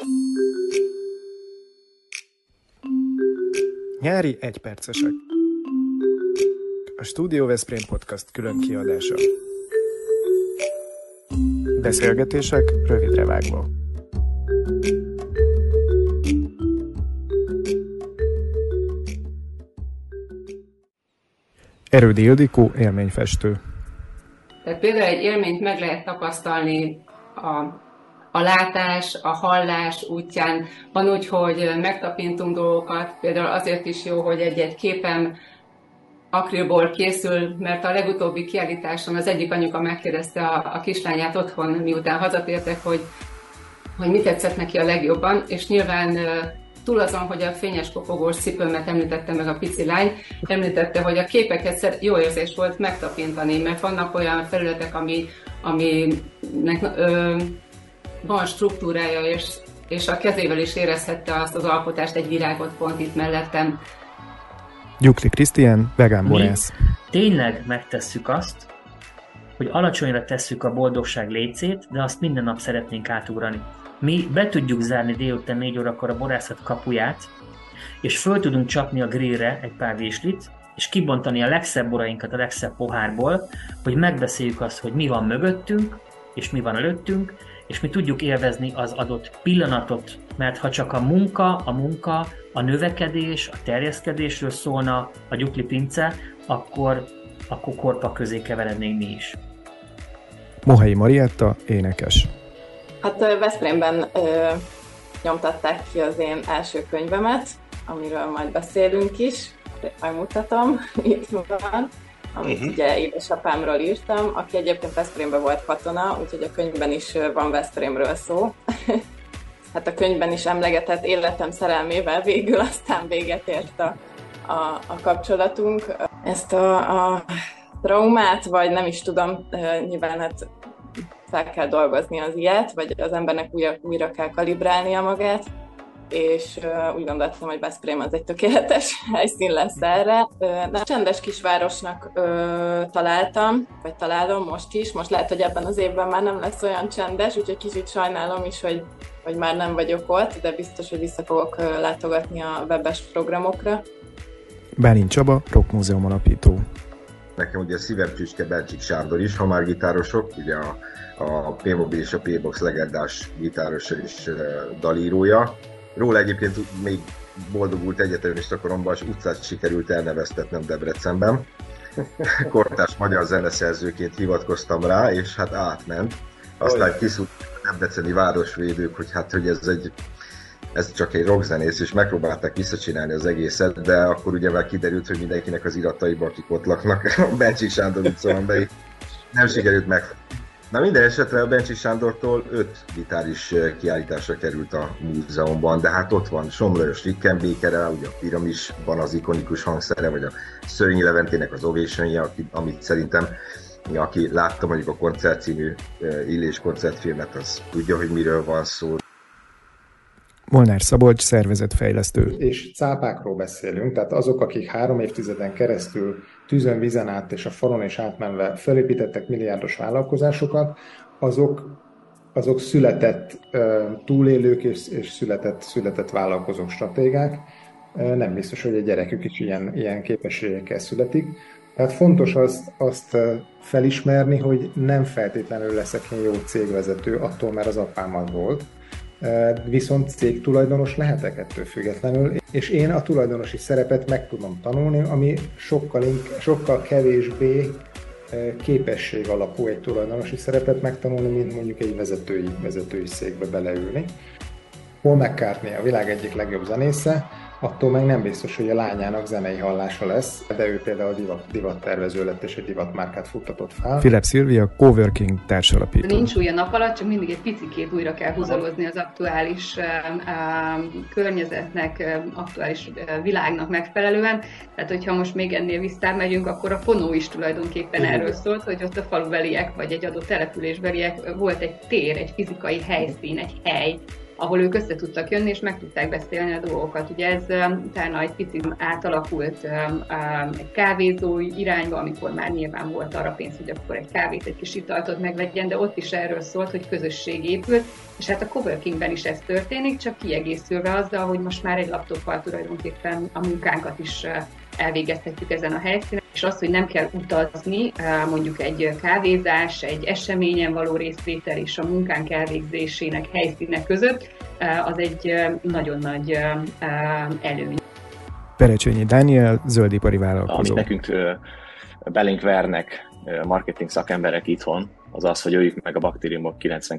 Nyári egypercesek. A Studio Veszprém Podcast külön kiadása. Beszélgetések rövidre vágva. Erődi Ildikó, élményfestő. Tehát például egy élményt meg lehet tapasztalni a látás, a hallás útján. Van úgy, hogy megtapintunk dolgokat, például azért is jó, hogy egy képem akrilból készül, mert a legutóbbi kiállításon az egyik anyuka megkérdezte a kislányát otthon, miután hazatértek, hogy mi tetszett neki a legjobban, és nyilván túl azon, hogy a fényes kopogós cipőmet említette meg a pici lány, említette, hogy a képeket jó érzés volt megtapintani, mert vannak olyan felületek, aminek van struktúrája, és a kezével is érezhette azt az alkotást, egy virágot pont itt mellettem. Gyukli Krisztián, vegán borász. Tényleg megtesszük azt, hogy alacsonyra tesszük a boldogság lécét, de azt minden nap szeretnénk átugrani. Mi be tudjuk zárni délután 4 órakor a borászat kapuját, és föl tudunk csapni a grillre egy pár virslit, és kibontani a legszebb borainkat a legszebb pohárból, hogy megbeszéljük azt, hogy mi van mögöttünk, és mi van előttünk, és mi tudjuk élvezni az adott pillanatot, mert ha csak a munka, a növekedés, a terjeszkedésről szólna a Gyukli pince, akkor korpak közé keverednénk mi is. Mohelyi Marietta, énekes. Hát Veszprémben nyomtatták ki az én első könyvemet, amiről majd beszélünk is, megmutatom, itt van, amit ugye édesapámról írtam, aki egyébként Veszprémben volt katona, úgyhogy a könyvben is van Veszprémről szó. Hát a könyvben is emlegetett életem szerelmével végül aztán véget ért a kapcsolatunk. Ezt a traumát, vagy nem is tudom, nyilván hát fel kell dolgozni az ilyet, vagy az embernek újra kell kalibrálnia magát, és úgy gondoltam, hogy Veszprém az egy tökéletes helyszín lesz erre. Csendes kisvárosnak találom most is. Most lehet, hogy ebben az évben már nem lesz olyan csendes, úgyhogy kicsit sajnálom is, hogy már nem vagyok ott, de biztos, hogy vissza fogok látogatni a webes programokra. Bálint Csaba, Rockmúzeum alapító. Nekem ugye szívem csücske Bencsik Sándor is, ha már gitárosok, ugye a P-Mobil és a P-Box legendás gitárosa és dalírója. Róla egyébként még boldogult egyetemista koromban, és utcát sikerült elneveztetnem Debrecenben. Kortárs magyar zeneszerzőként hivatkoztam rá, és hát átment. Aztán kiszúrt a debreceni városvédők, hogy ez csak egy rockzenész, és megpróbálták visszacsinálni az egészet, de akkor ugye már kiderült, hogy mindenkinek az irataiban, akik ott laknak, a Bencsik Sándor utcában be, nem sikerült meg. Na minden esetre a Bencsik Sándortól 5 gitár is kiállításra került a múzeumban, de hát ott van Somlajos Rickenbacker-rel, ugye a Piramisban az ikonikus hangszere, vagy a Szörnyi Leventének az Ovation-je, amit szerintem aki látta mondjuk a Koncert című Illés koncertfilmet, az tudja, hogy miről van szó. Molnár Szabolcs, szervezetfejlesztő. És cápákról beszélünk, tehát azok, akik 3 évtizeden keresztül tűzön, vízen át és a falon és átmenve felépítettek milliárdos vállalkozásokat, azok született túlélők és született vállalkozók, stratégák. Nem biztos, hogy a gyerekük is ilyen képességekkel születik. Tehát fontos azt felismerni, hogy nem feltétlenül leszek én jó cégvezető, attól mert az apám az volt. Viszont cégtulajdonos lehetek ettől függetlenül, és én a tulajdonosi szerepet meg tudom tanulni, ami sokkal kevésbé képesség alapú egy tulajdonosi szerepet megtanulni, mint mondjuk egy vezetői székbe beleülni. Paul McCartney a világ egyik legjobb zenésze, attól meg nem biztos, hogy a lányának zenei hallása lesz, de ő például divattervező lett és egy divatmárkát futtatott fel. Philip Szilvia, Coworking társalapító. Nincs új a nap alatt, csak mindig egy picikét újra kell húzalozni az aktuális környezetnek, aktuális világnak megfelelően. Tehát, hogyha most még ennél visszamegyünk, akkor a Fonó is tulajdonképpen erről szólt, hogy ott a falubeliek, vagy egy adott településbeliek volt egy tér, egy fizikai helyszín, egy hely, ahol ők össze tudtak jönni, és meg tudták beszélni a dolgokat. Ugye ez utána egy picit átalakult egy kávézó irányba, amikor már nyilván volt arra pénz, hogy akkor egy kávét, egy kis italtot megvegyen, de ott is erről szólt, hogy közösség épült, és hát a coworkingben is ez történik, csak kiegészülve azzal, hogy most már egy laptoppal tulajdonképpen a munkánkat is elvégezhetjük ezen a helyszínen, és az, hogy nem kell utazni, mondjuk egy kávézás, egy eseményen való részvétel és a munkánk elvégzésének helyszíne között, az egy nagyon nagy előny. Perecsényi Dániel, zöldipari vállalkozó. Amit nekünk belénk vernek marketing szakemberek itthon, az az, hogy öljük meg a baktériumok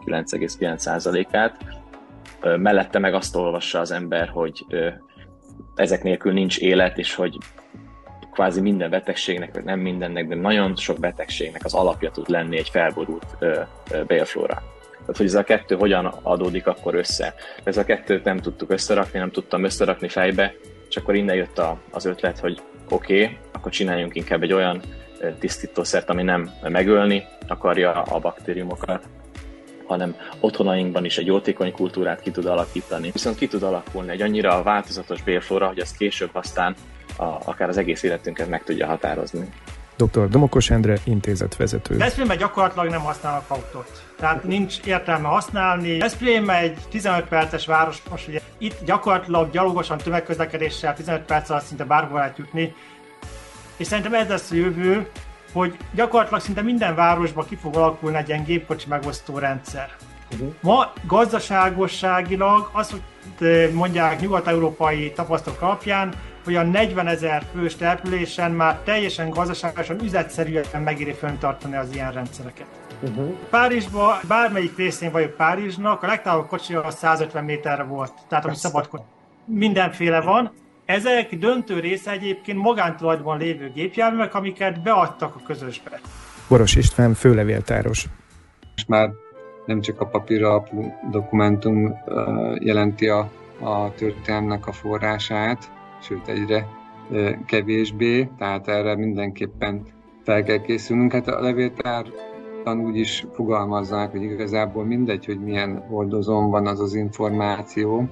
99,9%-át. Mellette meg azt olvassa az ember, hogy ezek nélkül nincs élet, és hogy kvázi minden betegségnek, vagy nem mindennek, de nagyon sok betegségnek az alapja tud lenni egy felborult bélflóra. Tehát, hogy ez a kettő hogyan adódik akkor össze. Ez a kettőt nem tudtuk összerakni, nem tudtam összerakni fejbe, és akkor innen jött az ötlet, hogy oké, akkor csináljunk inkább egy olyan tisztítószert, ami nem megölni akarja a baktériumokat, hanem otthonainkban is egy jótékony kultúrát ki tud alakítani. Viszont ki tud alakulni egy annyira változatos bélflóra, hogy az később aztán akár az egész életünket meg tudja határozni. Dr. Domokos Endre, intézetvezető. Veszprémben gyakorlatilag nem használnak autót. Tehát nincs értelme használni. Veszprém egy 15 perces város, most ugye itt gyakorlatilag gyalogosan tömegközlekedéssel 15 perc alatt szinte bárhol lehet jutni. És szerintem ez lesz a jövő, hogy gyakorlatilag szinte minden városban ki fog alakulni egy ilyen gépkocsi megosztó rendszer. Ma gazdaságosságilag azt, hogy mondják nyugat-európai tapasztalatok alapján, hogy a 40 000 fős településen már teljesen gazdaságosan, üzletszerűen megéri fenntartani az ilyen rendszereket. Párizsban, bármelyik részén vagyok Párizsnak, a legtávolabb kocsi az 150 méterre volt, tehát ami szabad kocsi. Mindenféle van. Ezek döntő része egyébként magántulajdonban lévő gépjárművek, amiket beadtak a közösbe. Boros István, főlevéltáros. Most már nem csak a papírra alapú dokumentum jelenti a történelmnek a forrását, sőt egyre kevésbé, tehát erre mindenképpen fel kell készülnünk. Hát a levéltárban úgy is fogalmazzák, hogy igazából mindegy, hogy milyen hordozón van az az információ,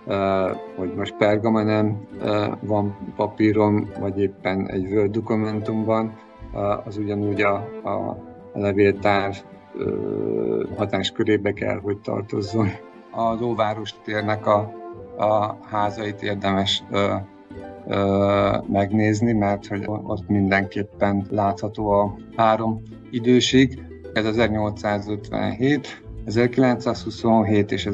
hogy most pergamanen van papíron, vagy éppen egy Word dokumentumban, az ugyanúgy a levéltár hatáskörébe kell, hogy tartozzon. Az Óváros térnek a házait érdemes megnézni, mert hogy ott mindenképpen látható a 3 időség. Ez 1857, 1927 és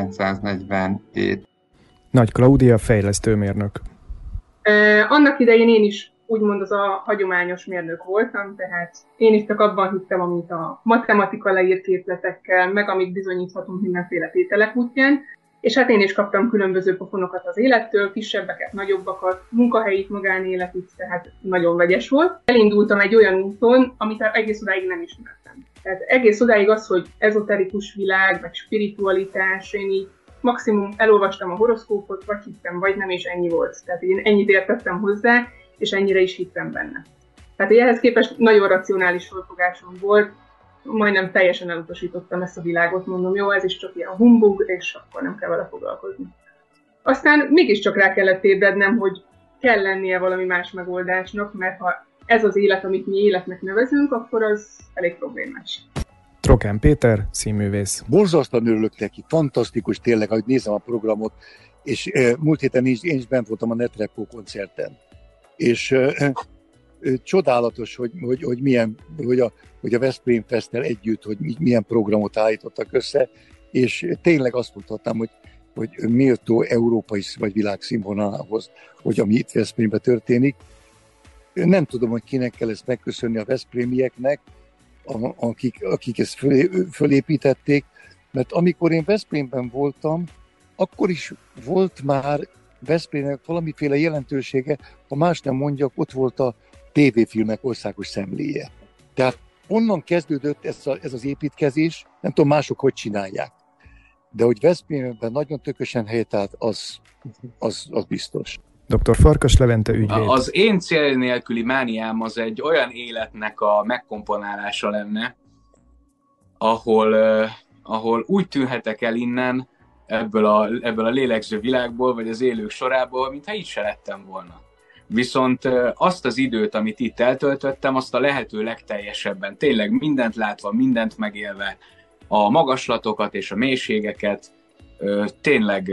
1947. Nagy Klaudia, fejlesztőmérnök. Annak idején én is úgymond az a hagyományos mérnök voltam, tehát én is csak abban hittem, amit a matematika leírt képletekkel, meg amit bizonyíthatunk mindenféle tételek útján, és hát én is kaptam különböző pofonokat az élettől, kisebbeket, nagyobbakat, munkahelyit, magánéletit, tehát nagyon vegyes volt. Elindultam egy olyan úton, amit egész odáig nem ismertem. Tehát egész odáig az, hogy ezoterikus világ, meg spiritualitás, én így maximum elolvastam a horoszkópot, vagy hittem, vagy nem, és ennyi volt. Tehát én ennyit értettem hozzá, és ennyire is hittem benne. Tehát ehhez képest nagyon racionális felfogásom volt, majdnem teljesen elutasítottam ezt a világot, mondom, jó, ez is csak ilyen humbug, és akkor nem kell vele foglalkozni. Aztán mégiscsak rá kellett ébrednem, hogy kell lennie valami más megoldásnak, mert ha ez az élet, amit mi életnek nevezünk, akkor az elég problémás. Trokán Péter, színművész. Borzasztóan örülök neki, fantasztikus tényleg, ahogy nézem a programot, és múlt héten én is bent voltam a Netrepo koncerten. És csodálatos, hogy milyen, hogy a Veszprém Festtel együtt, hogy milyen programot állítottak össze, és tényleg azt mondhatnám, hogy méltó európai vagy világszínvonalához, hogy ami itt Veszprémben történik. Nem tudom, hogy kinek kell ezt megköszönni, a veszprémieknek, akik ezt fölépítették, mert amikor én Veszprémben voltam, akkor is volt már Veszprémnek valamiféle jelentősége, ha más nem mondjak, ott volt a tévéfilmek országos szemléje. Tehát onnan kezdődött ez az építkezés, nem tudom mások hogy csinálják. De hogy Veszprémben nagyon tökösen helyet állt, az biztos. Dr. Farkas Levente, ügyvéd. Az én cél nélküli mániám az egy olyan életnek a megkomponálása lenne, ahol úgy tűnhetek el innen, ebből a lélegző világból, vagy az élők sorából, mintha így se lettem volna. Viszont azt az időt, amit itt eltöltöttem, azt a lehető legteljesebben, tényleg mindent látva, mindent megélve, a magaslatokat és a mélységeket tényleg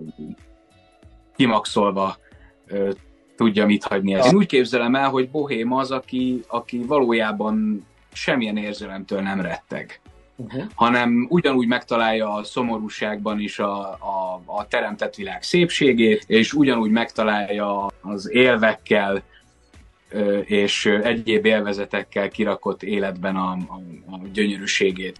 kimaxolva tudja mit hagyni. Én úgy képzelem el, hogy Bohém az, aki valójában semmilyen érzelemtől nem retteg, hanem ugyanúgy megtalálja a szomorúságban is a teremtett világ szépségét, és ugyanúgy megtalálja az élvekkel és egyéb élvezetekkel kirakott életben a gyönyörűségét.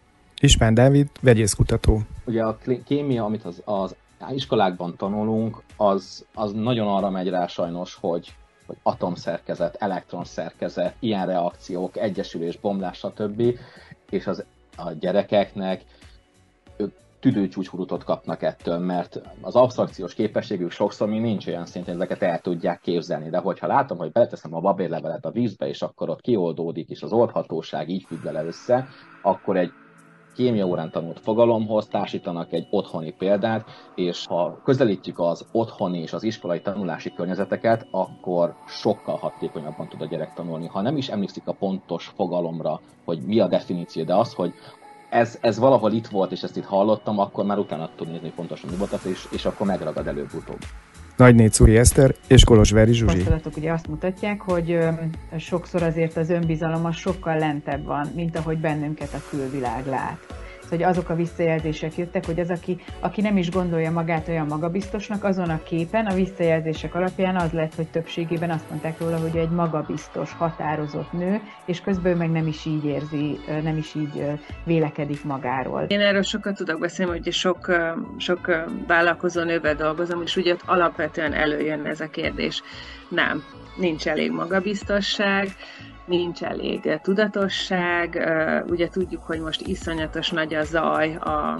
Ispán Dávid, vegyészkutató. Ugye a kémia, amit az iskolákban tanulunk, az nagyon arra megy rá sajnos, hogy atomszerkezet, elektronszerkezet, ilyen reakciók, egyesülés, bomlás, stb. És a gyerekeknek ők tüdőcsúcshurutot kapnak ettől, mert az absztrakciós képességük sokszor még nincs olyan szinten, ezeket el tudják képzelni. De hogyha látom, hogy beleteszem a babérlevelet a vízbe, és akkor ott kioldódik, és az oldhatóság így függ vele össze, akkor egy kémia órán tanult fogalomhoz társítanak egy otthoni példát, és ha közelítjük az otthoni és az iskolai tanulási környezeteket, akkor sokkal hatékonyabban tud a gyerek tanulni. Ha nem is emlékszik a pontos fogalomra, hogy mi a definíció, de az, hogy ez valahol itt volt, és ezt itt hallottam, akkor már utána tud nézni pontosan mi volt, és akkor megragad előbb-utóbb. Nagynécúri Eszter és Kolozsvári Zsuzsi. Tapasztalatok ugye azt mutatják, hogy sokszor azért az önbizalom az sokkal lentebb van, mint ahogy bennünket a külvilág lát. Hogy azok a visszajelzések jöttek, hogy az, aki nem is gondolja magát olyan magabiztosnak, azon a képen, a visszajelzések alapján az lett, hogy többségében azt mondták róla, hogy egy magabiztos, határozott nő, és közben meg nem is így érzi, nem is így vélekedik magáról. Én erről sokat tudok beszélni, hogy sok vállalkozó nővel dolgozom, és ugye alapvetően előjön ez a kérdés. Nem, nincs elég magabiztosság, nincs elég tudatosság, ugye tudjuk, hogy most iszonyatos nagy a zaj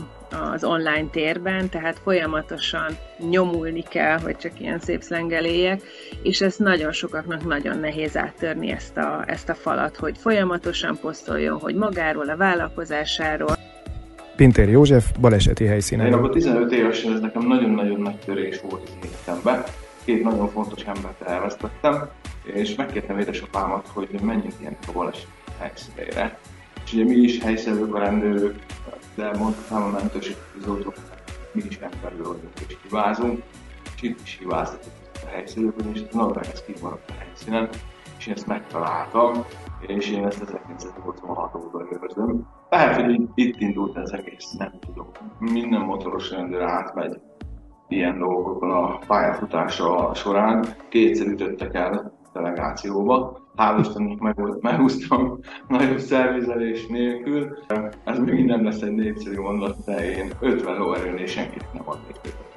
az online térben, tehát folyamatosan nyomulni kell, hogy csak ilyen szép szlenggel éljek, és ez nagyon sokaknak nagyon nehéz áttörni ezt a falat, hogy folyamatosan posztoljon, hogy magáról, a vállalkozásáról. Pintér József, baleseti helyszínen. Én akkor 15 évesen ez nekem nagyon-nagyon nagy törés volt az életemben. 2 nagyon fontos embert elvesztettem, és megkértem édesapámat, hogy menjünk ilyenek a baleset helyszínére. És ugye mi is helyszerűk, a rendőrök, de mondhatnám a mentősítőzótok, mi is emberről vagyunk és hibázunk, és itt is hibáztatok a helyszerűkön, és nagyon ez kimaradt a helyszínen, és én ezt megtaláltam, és én ezt 1986 óta őrzöm. Lehet, hogy itt indult ez egész, nem tudom. Minden motoros rendőr átmegy ilyen dolgokon a pályafutása során. 2-szer ütöttek el delegációba. Hál' Istennek megúsztam nagyobb szervizelés nélkül. Ez még nem lesz egy népszerű mondat, de én 50 lóerőnél senkit nem adnék.